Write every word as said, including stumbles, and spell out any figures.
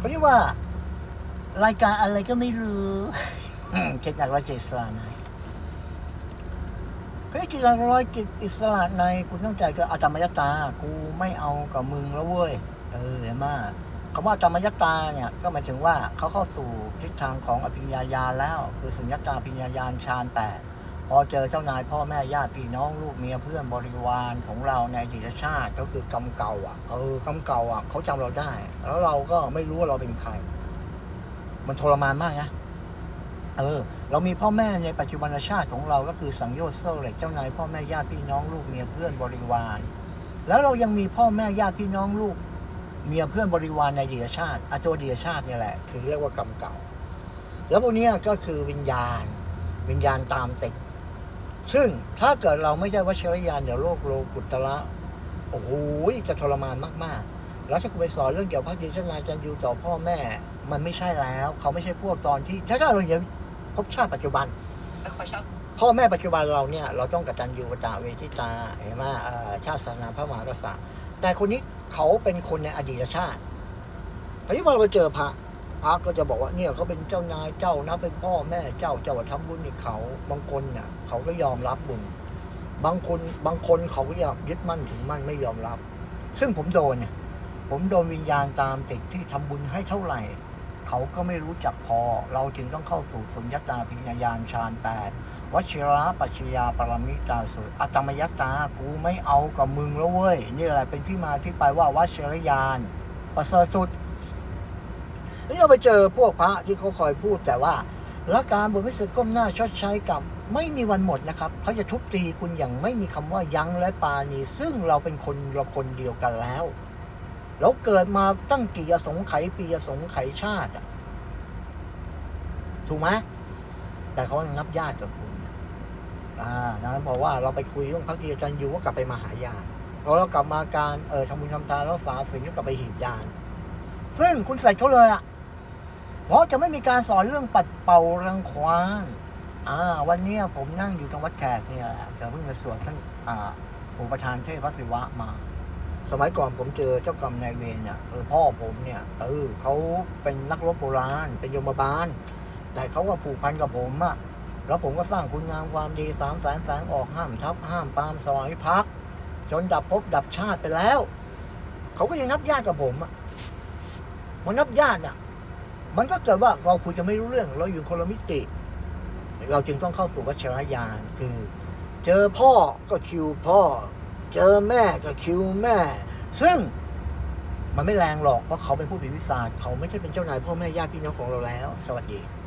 เขาเรียกว่ารายการอะไรก็ไม่รู้เจ็ดหนักร้อยเจ็ดสลาในเฮ้ยกิจการร้อยกิจอิสระในคุณต้องใจกับอาตมยตากูไม่เอากับมึงแล้วเว้ยเออเห็นไหมคำว่าอาตมยตาเนี่ยก็หมายถึงว่าเขาเข้าสู่ทิศทางของอภิญญาญาณแล้วคือสุญญตาอภิญญาญาณฌานแปดพอเจอเจ้านายพ่อแม่ญาติพี่น้องลูกเมียเพื่อนบริวารของเราในอดีตชาติก็คือกรรมเก่าอ่ะเออกรรมเก่าอ่ะเขาจำเราได้แล้วเราก็ไม่รู้ว่าเราเป็นใครมันทรมานมากนะเออเรามีพ่อแม่ในปัจจุบันชาติของเราก็คือสังโยชน์โซ่เหล็กเจ้านายพ่อแม่ญาติพี่น้องลูกเมียเพื่อนบริวารแล้วเรายังมีพ่อแม่ญาติพี่น้องลูกเมียเพื่อนบริวารในอดีตชาติอาตัวอดีตชาตินี่แหละคือเรียกว่ากรรมเก่าแล้วพวกนี้ก็คือวิญญาณวิญญาณตามติดซึ่งถ้าเกิดเราไม่ได้วชิรญาณเดี๋ยวโลกโลกุตระโอ้โหจะทรมานมากๆแล้วถ้าคุณไปสอนเรื่องเกี่ยวกับพระดีเจ้านายจันยูต่อพ่อแม่มันไม่ใช่แล้วเขาไม่ใช่พวกตอนที่ถ้าเราอย่างภพชาติปัจจุบันพ่อแม่ปัจจุบันเราเนี่ยเราต้องกตัญญูกตเวทิตาเห็นไหมชาติศาสนาพระมหากษัตริย์แต่คนนี้เขาเป็นคนในอดีตชาติทีนี้พอเราไปเจอพระพระก็จะบอกว่าเนี่ยเขาเป็นเจ้านายเจ้านะเป็นพ่อแม่เจ้าเจ้าทำบุญให้เขาบางคนเนี่ยเขาก็ยอมรับบุญบางคนบางคนเขาก็อยากยึดมั่นถึงมั่นไม่ยอมรับซึ่งผมโดนเนี่ยผมโดนวิญญาณตามติดที่ทำบุญให้เท่าไหร่เขาก็ไม่รู้จักพอเราจึงต้องเข้าสู่สุญญตาปิญญาญาณฌานแปดวชิระปัจจยาปรมิตาสุอัตมยตากูไม่เอากับมึงแล้วเว้ยนี่แหละเป็นที่มาที่ไปว่าวชิรญาณประเสริฐสุดนี่เราไปเจอพวกพระที่เขาคอยพูดแต่ว่าละการบุญวิเศษก้มหน้าชดใช้กับไม่มีวันหมดนะครับเขาจะทุบตีคุณอย่างไม่มีคำว่ายั้งและปาณีซึ่งเราเป็นคนเราคนเดียวกันแล้วเราเกิดมาตั้งกี่อสงไขยปีอสงไขยชาติถูกไหมแต่เขายังนับญาติกับคุณอ่าดังนั้นบอกว่าเราไปคุยเรื่องพระเดียจันยูก็กลับไปมาหาญาติพอเรากลับมาการเออทำบุญทำทานแล้วฝ่าฝืนก็กลับไปหีบญาติซึ่งคุณใส่เขาเลยอ่ะเพราะจะไม่มีการสอนเรื่องปัดเป่ารังควานอ่าวันนี้ผมนั่งอยู่ตรงวัดแขกเนี่ยจะเพิ่งมาสวดท่านอ่าอุปทานเทพพระศิวะมาสมัยก่อนผมเจอเจ้ากรรมนายเวรเนี่ยเออพ่อผมเนี่ยเออเขาเป็นนักรบโบราณเป็นยมบาลแต่เขาก็ผูกพันกับผมอะแล้วผมก็สร้างคุณงามความดีสามแสนแฝงออกห้ามทับห้ามปามสวายพักจนดับภพดับชาติไปแล้วเขาก็ยังนับญาติกับผมอะมันนับญาติอะมันก็เกิดว่าเราคุยจะไม่รู้เรื่องเราอยู่คนละมิติเราจึงต้องเข้าสู่วชิรญาณคือเจอพ่อก็คิวพ่อเจอแม่ก็คิวแม่ซึ่งมันไม่แรงหรอกเพราะเขาเป็นผู้พิพากษาเขาไม่ใช่เป็นเจ้านายพ่อแม่ญาติพี่น้องของเราแล้วสวัสดี